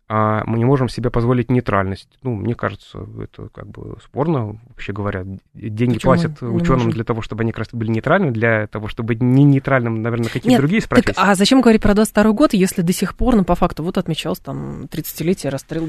а мы не можем себе позволить нейтральность. Ну, мне кажется, это как бы спорно, вообще говоря. Деньги Почему? платят ученым для того, чтобы они как раз были нейтральны, для того, чтобы не нейтральным, наверное, какие-то Нет, другие спросить. Так, а зачем говорить про двадцать второй год, если до сих пор, ну, по факту, вот отмечался там тридцатилетие расстрел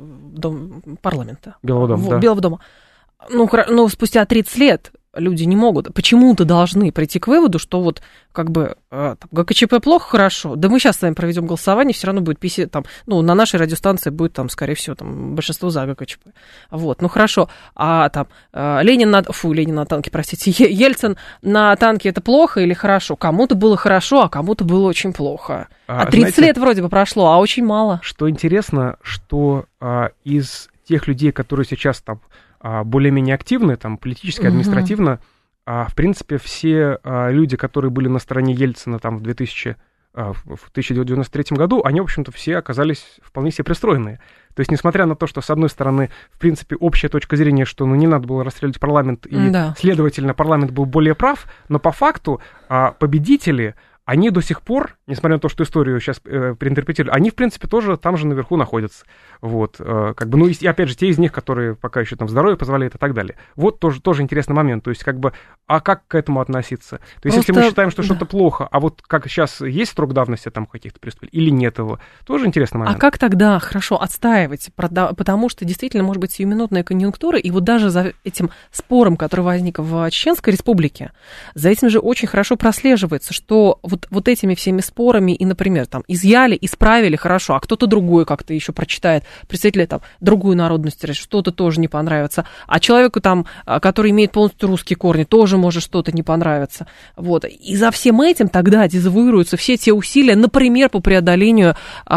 дом, парламента. Белого дома, в, да. Белого дома. Ну, ну, спустя тридцать лет люди не могут, почему-то должны прийти к выводу, что вот как бы там, ГКЧП плохо, хорошо, да мы сейчас с вами проведем голосование, все равно будет пятьдесят, там, ну, на нашей радиостанции будет там, скорее всего, там, большинство за ГКЧП. Вот, ну, хорошо, а там Ленин на, фу, Ленин на танке, простите, Ельцин на танке это плохо или хорошо? Кому-то было хорошо, а кому-то было очень плохо. А, а тридцать знаете, лет вроде бы прошло, а очень мало. Что интересно, что а, из тех людей, которые сейчас там более-менее активны, там, политически, административно, uh-huh. а, в принципе, все а, люди, которые были на стороне Ельцина там в, двухтысячном, а, в тысяча девятьсот девяносто третьем году, они, в общем-то, все оказались вполне себе пристроенные. То есть, несмотря на то, что, с одной стороны, в принципе, общая точка зрения, что ну, не надо было расстреливать парламент, и, да. следовательно, парламент был более прав, но по факту а, победители, они до сих пор, несмотря на то, что историю сейчас э, переинтерпретировали, они, в принципе, тоже там же наверху находятся. Вот, э, как бы, ну, и, опять же, те из них, которые пока еще там здоровье позволяют и так далее. Вот тоже, тоже интересный момент. То есть, как бы, а как к этому относиться? То есть, Просто... если мы считаем, что да. что-то плохо, а вот как сейчас есть срок давности там каких-то преступлений или нет его, тоже интересный момент. А как тогда хорошо отстаивать? Потому что, действительно, может быть, сиюминутная конъюнктура, и вот даже за этим спором, который возник в Чеченской Республике, за этим же очень хорошо прослеживается, что вот, вот этими всеми спорами и, например, там, изъяли, исправили, хорошо, а кто-то другой как-то еще прочитает, представители там другую народность, что-то тоже не понравится, а человеку там, который имеет полностью русские корни, тоже может что-то не понравиться. Вот. И за всем этим тогда дезавуируются все те усилия, например, по преодолению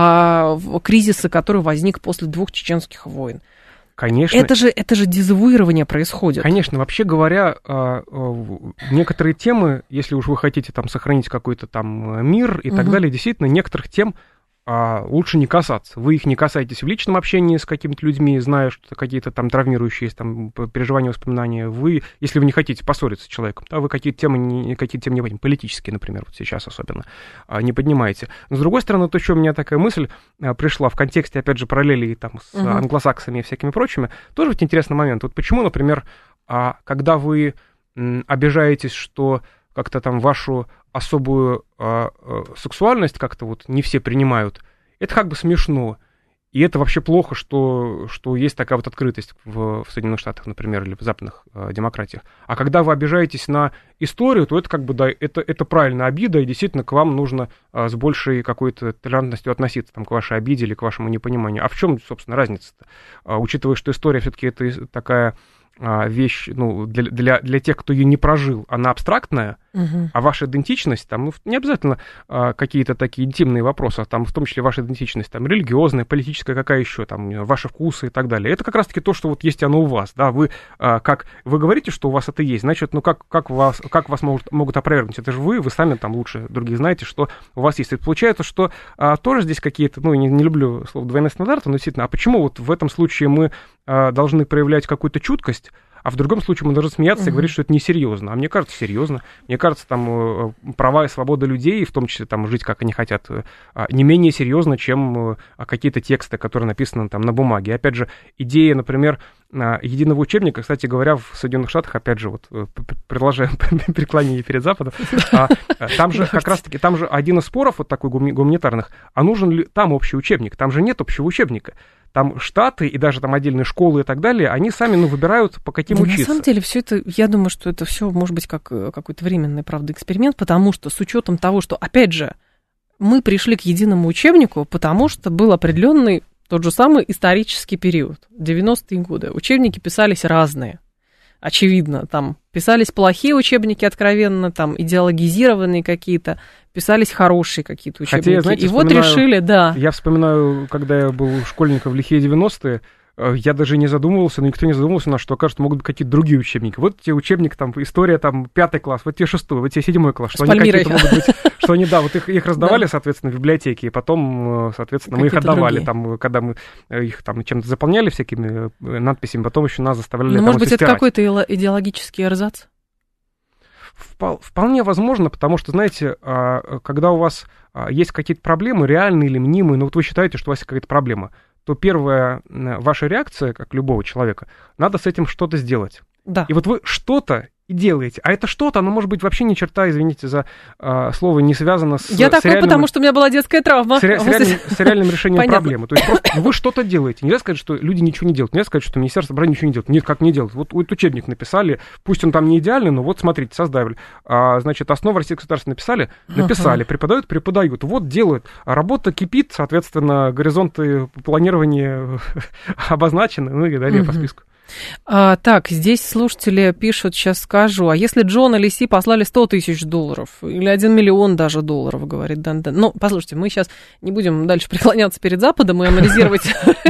а, кризиса, который возник после двух чеченских войн. Конечно. Это же, это же дезавуирование происходит. Конечно, вообще говоря, некоторые темы, если уж вы хотите там сохранить какой-то там мир и угу. так далее, действительно, некоторых тем а лучше не касаться. Вы их не касаетесь в личном общении с какими-то людьми, зная, что какие-то там травмирующие есть там переживания, воспоминания. Вы, если вы не хотите поссориться с человеком, да, вы какие-то темы, не, какие-то темы не поднимаете, политические, например, вот сейчас особенно, не поднимаете. Но, с другой стороны, то, что у меня такая мысль пришла в контексте, опять же, параллелей там с uh-huh. англосаксами и всякими прочими, тоже вот интересный момент. Вот почему, например, когда вы обижаетесь, что как-то там вашу особую э, э, сексуальность как-то вот не все принимают, это как бы смешно. И это вообще плохо, что, что есть такая вот открытость в, в Соединенных Штатах, например, или в западных э, демократиях. А когда вы обижаетесь на историю, то это как бы, да, это, это правильная обида, и действительно к вам нужно э, с большей какой-то толерантностью относиться там, к вашей обиде или к вашему непониманию. А в чем, собственно, разница-то? А, учитывая, что история все-таки это такая вещь, ну, для, для, для тех, кто ее не прожил, она абстрактная, uh-huh. а ваша идентичность, там, ну, не обязательно а, какие-то такие интимные вопросы, а там, в том числе ваша идентичность, там, религиозная, политическая, какая еще, там, ваши вкусы и так далее. Это как раз-таки то, что вот есть оно у вас, да, вы, а, как, вы говорите, что у вас это есть, значит, ну, как, как вас, как вас могут, могут опровергнуть? Это же вы, вы сами там лучше других знаете, что у вас есть. И получается, что а, тоже здесь какие-то, ну, не, не люблю слово двойные стандарты, но действительно, а почему вот в этом случае мы а, должны проявлять какую-то чуткость, а в другом случае мы должны смеяться mm-hmm. и говорить, что это несерьезно. А мне кажется, серьезно. Мне кажется, там права и свобода людей, в том числе там жить, как они хотят, не менее серьезно, чем какие-то тексты, которые написаны там на бумаге. И опять же, идея, например, единого учебника, кстати говоря, в Соединенных Штатах, опять же, вот продолжаем преклонение перед Западом, там же как раз-таки, там же один из споров вот такой гуманитарных, а нужен ли там общий учебник? Там же нет общего учебника. Там штаты и даже там отдельные школы и так далее, они сами, ну, выбирают, по каким да, учиться. На самом деле, все это, я думаю, что это все может быть как какой-то временный, правда, эксперимент, потому что с учетом того, что, опять же, мы пришли к единому учебнику, потому что был определенный тот же самый исторический период, девяностые годы. Учебники писались разные. Очевидно, там писались плохие учебники откровенно, там идеологизированные какие-то, писались хорошие какие-то учебники. Хотя, знаете, и вот решили, да. Я вспоминаю, когда я был школьником в лихие девяностые, я даже не задумывался, но никто не задумывался, на что, окажется, могут быть какие-то другие учебники. Вот те учебники, там, история, там, пятый класс, вот те шестой, вот те седьмой класс, что с они Пальмирой. какие-то могут быть, что они, да, вот их, их раздавали, да. соответственно, в библиотеке, и потом, соответственно, мы их отдавали, другие. Там, когда мы их там чем-то заполняли всякими надписями, потом еще нас заставляли ну, там, может быть, стирать. Это какой-то идеологический эрзац? Вполне возможно, потому что, знаете, когда у вас есть какие-то проблемы, реальные или мнимые, но вот вы считаете, что у вас есть какая-то проблема, то первая ваша реакция, как любого человека, надо с этим что-то сделать. Да. И вот вы что-то и делаете. А это что-то, оно может быть вообще ни черта, извините за э, слово, не связано с... Я с такой, реальным, потому что у меня была детская травма. С, ре, с, реальным, с реальным решением Понятно. Проблемы. То есть просто вы что-то делаете. Нельзя сказать, что люди ничего не делают. Нельзя сказать, что Министерство образования ничего не делает. Нет, как не делают. Вот, вот учебник написали, пусть он там не идеальный, но вот смотрите, создали. А, значит, основы российского государства написали? Написали. Uh-huh. Преподают? Преподают. Вот делают. А работа кипит, соответственно, горизонты планирования обозначены, ну и далее uh-huh. по списку. А, так, здесь слушатели пишут, сейчас скажу, а если Джон или Си послали сто тысяч долларов, или один миллион даже долларов, говорит Дан-Дан. Ну, послушайте, мы сейчас не будем дальше преклоняться перед Западом и анализировать,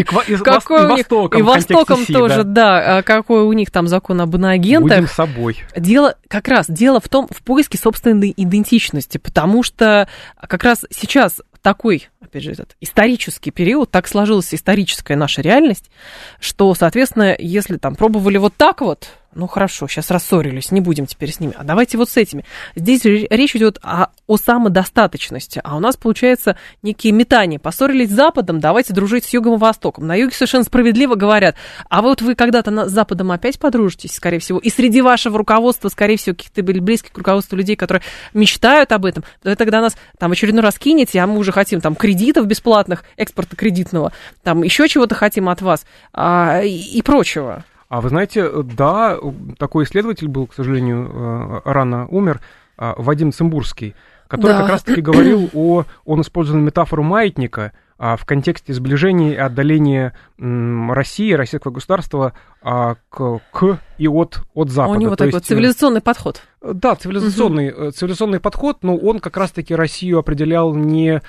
какой у них, и Востоком тоже, да, какой у них там закон об иноагентах. Будем собой. Дело, как раз, дело в том, в поиске собственной идентичности, потому что как раз сейчас такой, опять же, этот исторический период, так сложилась историческая наша реальность, что, соответственно, если там пробовали вот так вот, ну хорошо, сейчас рассорились, не будем теперь с ними, а давайте вот с этими. Здесь речь идет о, о самодостаточности, а у нас, получается, некие метания. Поссорились с Западом, давайте дружить с Югом и Востоком. На Юге совершенно справедливо говорят, а вот вы когда-то на, с Западом опять подружитесь, скорее всего, и среди вашего руководства, скорее всего, каких-то были близких к руководству людей, которые мечтают об этом, то тогда нас там в очередной раз кинете, а мы уже хотим там кредитов бесплатных, экспорта кредитного, там еще чего-то хотим от вас а, и, и прочего. А вы знаете, да, такой исследователь был, к сожалению, рано умер, Вадим Цимбурский, который да. как раз-таки говорил о... Он использовал метафору маятника в контексте сближения и отдаления России, российского государства к, к и от, от Запада. У него То такой есть, цивилизационный подход. Да, цивилизационный, угу. цивилизационный подход, но он как раз-таки Россию определял не...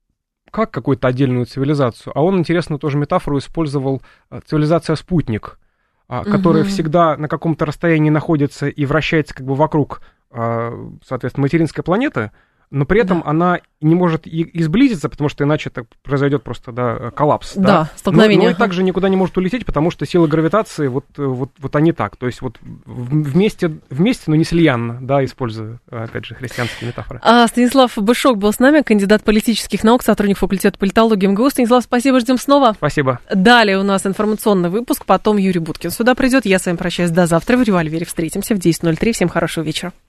как какую-то отдельную цивилизацию, а он, интересно, тоже метафору использовал цивилизация-спутник, которая угу. всегда на каком-то расстоянии находится и вращается как бы вокруг, соответственно, материнской планеты, но при этом да. она не может и, и сблизиться, потому что иначе так произойдет просто да, коллапс. Да, да? столкновение. Но, но и также никуда не может улететь, потому что силы гравитации, вот, вот, вот они так. То есть вот вместе, вместе, но не слиянно, да, используя, опять же, христианские метафоры. А, Станислав Бышок был с нами, кандидат политических наук, сотрудник факультета политологии МГУ. Станислав, спасибо, ждем снова. Спасибо. Далее у нас информационный выпуск, потом Юрий Буткин сюда придет. Я с вами прощаюсь до завтра. В «Револьвере» встретимся в десять ноль три. Всем хорошего вечера.